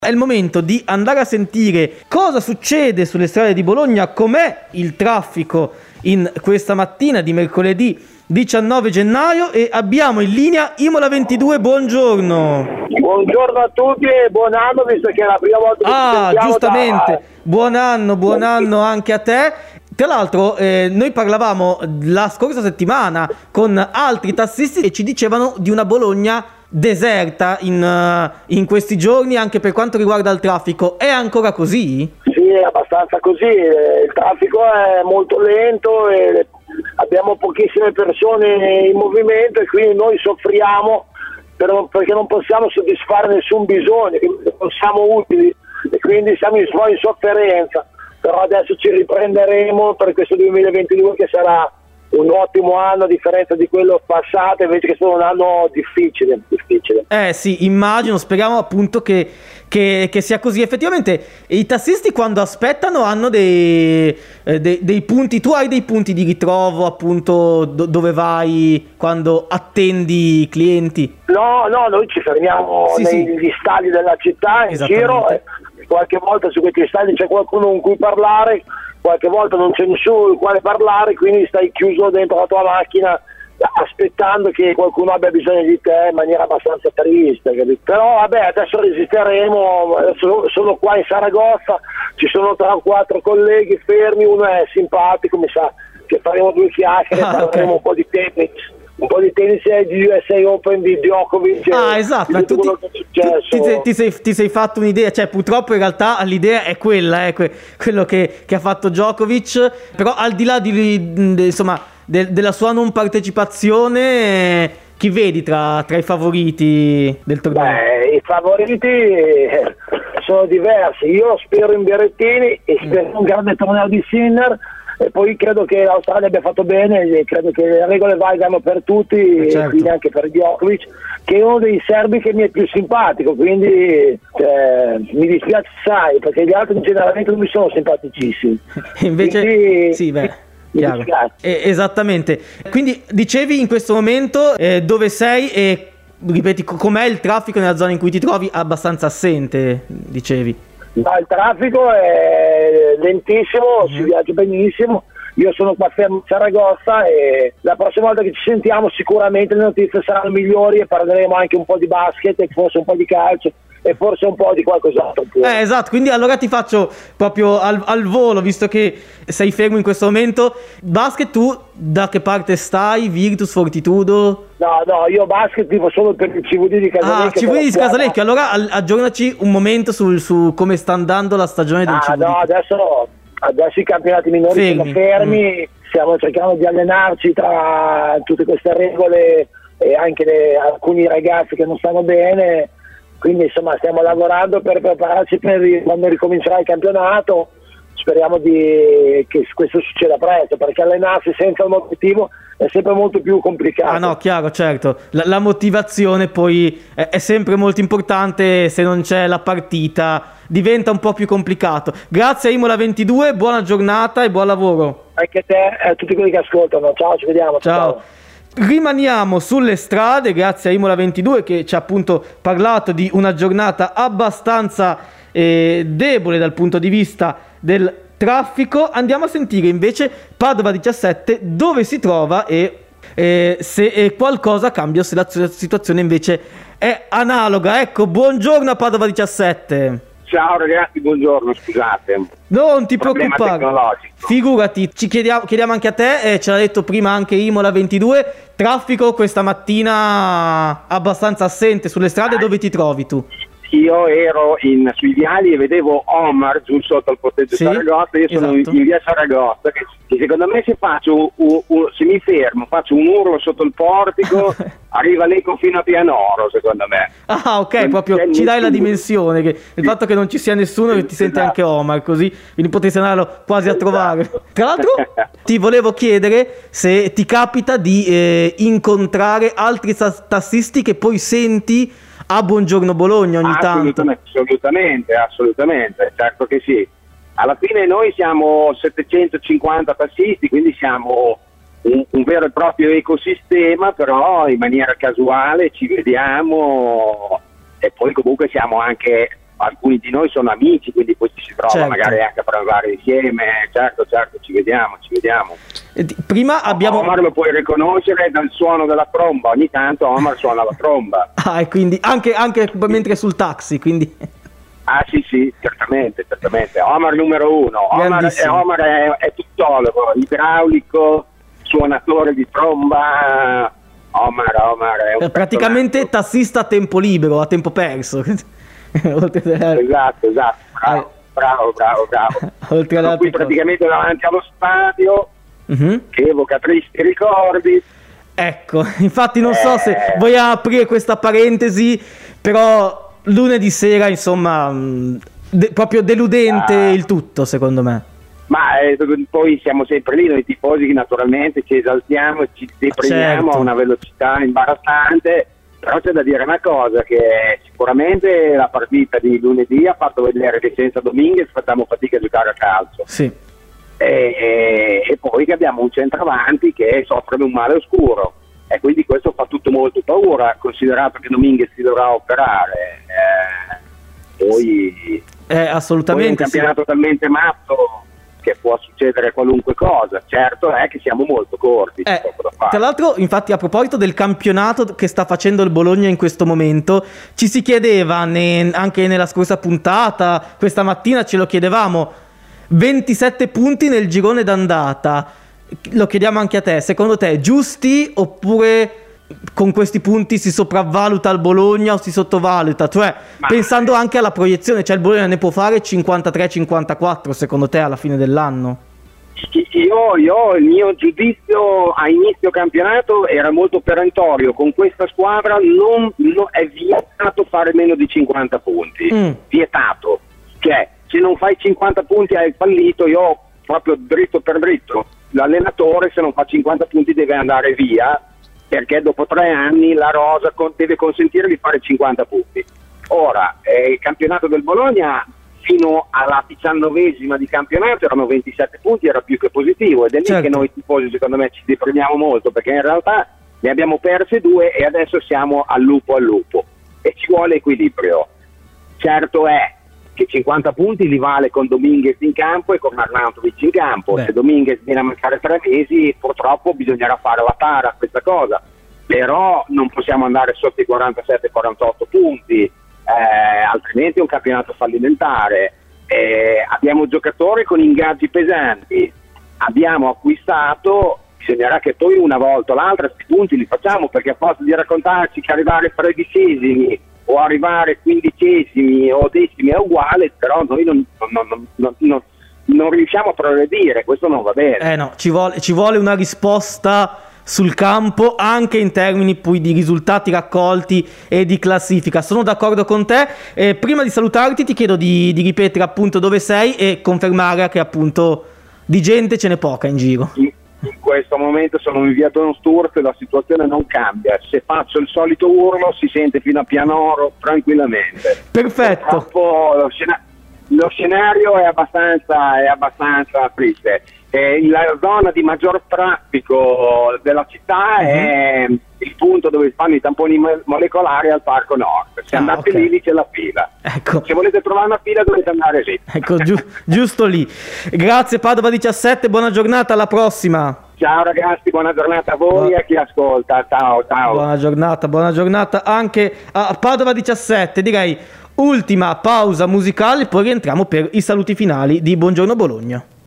È il momento di andare a sentire cosa succede sulle strade di Bologna, com'è il traffico in questa mattina di mercoledì 19 gennaio e abbiamo in linea Imola 22, buongiorno. Buongiorno a tutti e buon anno, visto che è la prima volta che ci sentiamo. Giustamente, buon anno anche a te. Tra l'altro noi parlavamo la scorsa settimana con altri tassisti e ci dicevano di una Bologna deserta in questi giorni anche per quanto riguarda il traffico. È ancora così? Sì, è abbastanza così, il traffico è molto lento e abbiamo pochissime persone in movimento e quindi noi soffriamo perché non possiamo soddisfare nessun bisogno, non siamo utili e quindi siamo in sofferenza, però adesso ci riprenderemo per questo 2022 che sarà un ottimo anno a differenza di quello passato, invece che è stato un anno difficile. Sì, immagino, speriamo appunto che sia così. Effettivamente i tassisti quando aspettano hanno dei punti. Tu hai dei punti di ritrovo appunto dove vai quando attendi i clienti? No, noi ci fermiamo negli stadi della città in giro, qualche volta su questi stadi c'è qualcuno con cui parlare, qualche volta non c'è nessuno con quale parlare, quindi stai chiuso dentro la tua macchina aspettando che qualcuno abbia bisogno di te in maniera abbastanza triste, capito? Però vabbè, adesso resisteremo, adesso sono qua in Saragozza, ci sono 3 o 4 colleghi fermi, uno è simpatico, mi sa che faremo 2 chiacchiere, parleremo un po' di tennis e di USA Open di Djokovic. Esatto, ma tu ti sei fatto un'idea, cioè purtroppo in realtà l'idea è quella, quello che ha fatto Djokovic, però al di là della sua non partecipazione, chi vedi tra i favoriti del torneo? I favoriti sono diversi, io spero in Berrettini e spero in un grande torneo di Sinner. E poi credo che l'Australia abbia fatto bene e credo che le regole valgano per tutti, e quindi anche per Djokovic, che è uno dei serbi che mi è più simpatico, quindi mi dispiace assai perché gli altri generalmente non mi sono simpaticissimi. Invece quindi, chiaro. Esattamente. Quindi dicevi in questo momento dove sei e ripeti com'è il traffico nella zona in cui ti trovi? Abbastanza assente, dicevi. No, il traffico è lentissimo, si viaggia benissimo. Io sono qua fermo in Saragozza e la prossima volta che ci sentiamo sicuramente le notizie saranno migliori e parleremo anche un po' di basket e forse un po' di calcio e forse un po' di qualcos'altro. Esatto, quindi allora ti faccio proprio al volo, visto che sei fermo in questo momento. Basket, tu da che parte stai? Virtus, Fortitudo? No, io basket tipo solo per il CVD di Casalecchio. CVD di Casalecchio, allora aggiornaci un momento su come sta andando la stagione del CVD. No, adesso i campionati minori sono fermi, stiamo cercando di allenarci tra tutte queste regole e anche alcuni ragazzi che non stanno bene, quindi insomma stiamo lavorando per prepararci per quando ricomincerà il campionato. Speriamo che questo succeda presto, perché allenarsi senza un obiettivo è sempre molto più complicato. No, chiaro, certo. La motivazione poi è sempre molto importante, se non c'è la partita diventa un po' più complicato. Grazie a Imola 22, buona giornata e buon lavoro. Anche a te e a tutti quelli che ascoltano. Ciao, ci vediamo. Ciao. Rimaniamo sulle strade, grazie a Imola 22 che ci ha appunto parlato di una giornata abbastanza debole dal punto di vista del traffico. Andiamo a sentire invece Padova 17 dove si trova e se qualcosa cambia o se la situazione invece è analoga. Ecco, buongiorno a Padova 17. Ciao ragazzi, buongiorno, scusate. Non ti preoccupare, figurati, chiediamo anche a te, ce l'ha detto prima anche Imola 22, traffico questa mattina abbastanza assente sulle strade, dove ti trovi tu? Io ero sui viali e vedevo Omar giù sotto al porteggio Saragozza, io sono in via Saragozza, che secondo me se mi fermo, faccio un urlo sotto il portico, arriva l'eco fino a Pianoro, secondo me. Ok, proprio ci dai la dimensione, che il fatto che non ci sia nessuno che ti sente anche Omar, così, quindi potresti andarlo quasi a trovare. Tra l'altro ti volevo chiedere se ti capita di incontrare altri tassisti che poi senti a Buongiorno Bologna ogni tanto. Assolutamente, certo che sì. Alla fine noi siamo 750 tassisti, quindi siamo un vero e proprio ecosistema, però in maniera casuale ci vediamo e poi comunque siamo anche alcuni di noi sono amici, quindi poi ci si trova magari anche a pranzare insieme. Certo, ci vediamo. Prima abbiamo... Omar lo puoi riconoscere dal suono della tromba, ogni tanto Omar suona la tromba. E quindi anche mentre sul taxi, quindi... Sì, certamente. Omar numero uno. Omar è tuttologo, idraulico, suonatore di tromba. Omar è un praticamente tassista a tempo libero, a tempo perso. Esatto. Bravo. Oltre ad qui praticamente davanti allo stadio, che evoca tristi ricordi. Ecco, infatti non so se vuoi aprire questa parentesi, però lunedì sera, insomma, proprio deludente il tutto, secondo me. Ma poi siamo sempre lì, noi tifosi, naturalmente ci esaltiamo e ci deprimiamo a una velocità imbarazzante, però c'è da dire una cosa, che sicuramente la partita di lunedì ha fatto vedere che senza Dominguez facciamo fatica a giocare a calcio. Sì. E poi che abbiamo un centravanti che soffre di un male oscuro, e quindi questo fa tutto molto paura, considerato che Dominguez si dovrà operare. Poi assolutamente un campionato talmente matto che può succedere qualunque cosa. Certo è che siamo molto corti, c'è poco da fare. Tra l'altro, infatti, a proposito del campionato che sta facendo il Bologna in questo momento, ci si chiedeva anche nella scorsa puntata, questa mattina ce lo chiedevamo, 27 punti nel girone d'andata, lo chiediamo anche a te, secondo te giusti, oppure con questi punti si sopravvaluta il Bologna o si sottovaluta? Cioè, pensando anche alla proiezione, cioè il Bologna ne può fare 53-54 secondo te alla fine dell'anno? Io il mio giudizio a inizio campionato era molto perentorio: con questa squadra non è vietato fare meno di 50 punti, vietato, cioè se non fai 50 punti hai fallito. Io proprio dritto per dritto, l'allenatore se non fa 50 punti deve andare via, perché dopo 3 anni la rosa deve consentire di fare 50 punti. Ora, il campionato del Bologna fino alla 19esima di campionato erano 27 punti, era più che positivo, ed è lì che noi tifosi secondo me ci deprimiamo molto, perché in realtà ne abbiamo perse 2 e adesso siamo al lupo e ci vuole equilibrio. Certo è che 50 punti li vale con Dominguez in campo e con Arnautovic in campo. Se Dominguez viene a mancare 3 mesi, purtroppo bisognerà fare la tara a questa cosa, però non possiamo andare sotto i 47-48 punti, altrimenti è un campionato fallimentare. Abbiamo giocatori con ingaggi pesanti, abbiamo acquistato, bisognerà che poi una volta o l'altra questi punti li facciamo, perché a posto di raccontarci che arrivare 13esimi o arrivare 15esimi o decimi è uguale, però noi non riusciamo a progredire, questo non va bene. No, ci vuole una risposta sul campo, anche in termini poi di risultati raccolti e di classifica. Sono d'accordo con te. Prima di salutarti ti chiedo di ripetere appunto dove sei e confermare che appunto di gente ce n'è poca in giro. In questo momento sono in via Don Sturz e la situazione non cambia. Se faccio il solito urlo si sente fino a Pianoro tranquillamente. Perfetto. Lo scenario è abbastanza triste. La zona di maggior traffico della città è il punto dove fanno i tamponi molecolari al Parco Nord. Se andate lì c'è la fila. Ecco. Se volete trovare una fila dovete andare lì. Ecco, giusto lì. Grazie Padova 17, buona giornata, alla prossima. Ciao ragazzi, buona giornata a voi e a chi ascolta. Ciao. Buona giornata anche a Padova 17. Direi ultima pausa musicale, poi rientriamo per i saluti finali di Buongiorno Bologna.